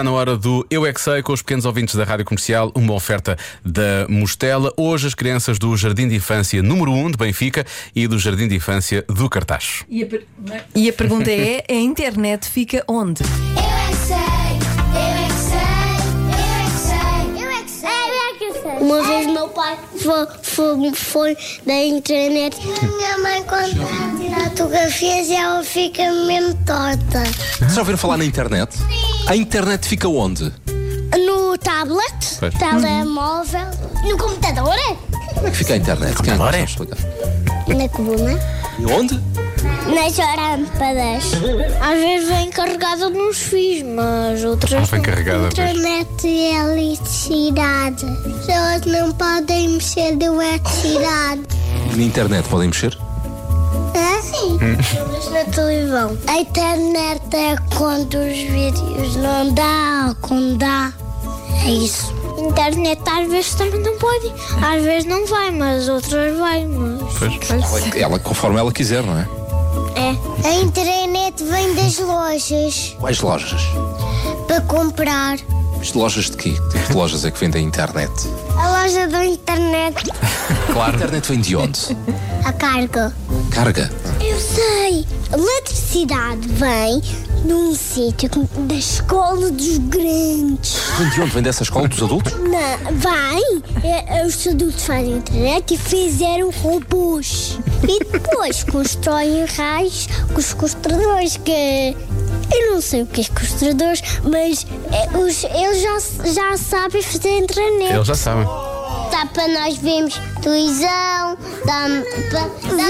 Está na hora do Eu É Que Sei, com os pequenos ouvintes da Rádio Comercial, uma oferta da Mostela. Hoje as crianças do Jardim de Infância número 1 de Benfica e do Jardim de Infância do Cartacho. E a pergunta é: a internet fica onde? Eu é que sei, eu é que sei, eu é que sei, eu é que sei, eu é que sei. Uma vez meu pai foi da internet. Minha mãe, quando está a tirar fotografias, ela fica mesmo torta. Já ouviram falar na internet? A internet fica onde? No tablet, Pois. telemóvel, no computador, Como é que fica a internet? Quem Agora é? explicar? na coluna, E onde? nas lâmpadas. Às vezes vem carregada nos fios, mas outras vem carregada, pois. internet e eletricidade. Elas não podem mexer de eletricidade. Na internet podem mexer? Sim. Na televisão. A internet é quando os vídeos não dá ou quando dá. É isso. A internet às vezes também não pode. Às vezes não vai, mas outras vai. Ela, conforme ela quiser, não é? É. A internet vem das lojas Quais lojas? para comprar. Mas de lojas de quê? Que tipo de lojas é que vendem a internet? A loja da internet. A internet vem de onde? A carga. Carga. Eu sei. A eletricidade vem de um sítio da escola dos grandes. Vem de onde? Vem dessa escola dos adultos? Não, vai. Os adultos fazem internet e fizeram robôs. E depois constroem raios com os construtores que... Eu não sei o que é construtores, mas eles já sabem fazer internet. Eles já sabem. Dá para nós vermos televisão, dá para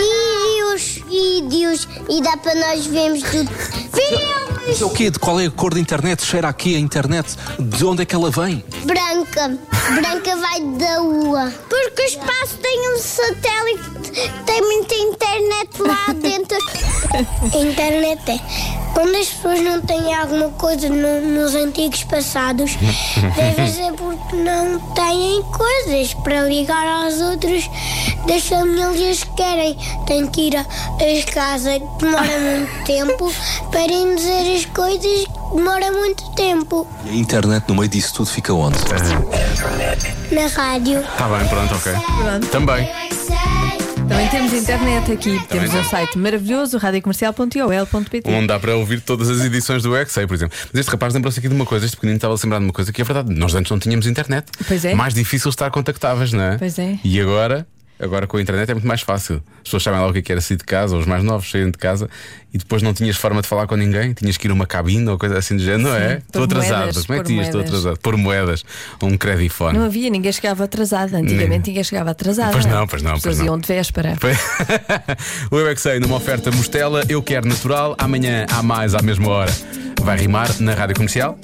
vídeos e dá para nós vermos tudo. Mas é o quê? De qual é a cor da internet? Cheira aqui a internet? De onde é que ela vem? Branca. Branca vai da Lua. Porque o espaço tem um satélite, tem muita internet lá dentro. A internet é quando as pessoas não têm alguma coisa nos antigos passados, deve ser porque não têm coisas para ligar aos outros das famílias que querem. Tem que ir às casas, que demora muito tempo, para ir dizer as coisas, que demora muito tempo. E a internet no meio disso tudo fica onde? Na rádio. Está bem, pronto, ok. Pronto. Também. Também temos internet aqui. Temos um site maravilhoso, radiocomercial.ol.pt. Onde dá para ouvir todas as edições do Eu É Que Sei, por exemplo. Mas este rapaz lembrou-se aqui de uma coisa, este pequenino estava a se lembrar de uma coisa que é verdade. Nós antes não tínhamos internet. Pois é. Mais difícil estar contactáveis, não é? Pois é. E agora com a internet é muito mais fácil. As pessoas sabem lá o que era sair de casa, ou os mais novos saírem de casa e depois não tinhas forma de falar com ninguém, tinhas que ir a uma cabine ou coisa assim do género, não é? Estou atrasado. moedas, Como é que pôr dias? Estou moedas. atrasado. Pôr moedas ou um credifone. Não havia, ninguém chegava atrasado. Antigamente ninguém chegava atrasado. Pois não, pois não, As pessoas pois não. iam de véspera. O Eu É Que Sei, numa oferta Mostela, eu quero natural. Amanhã há mais à mesma hora. Vai rimar na Rádio Comercial.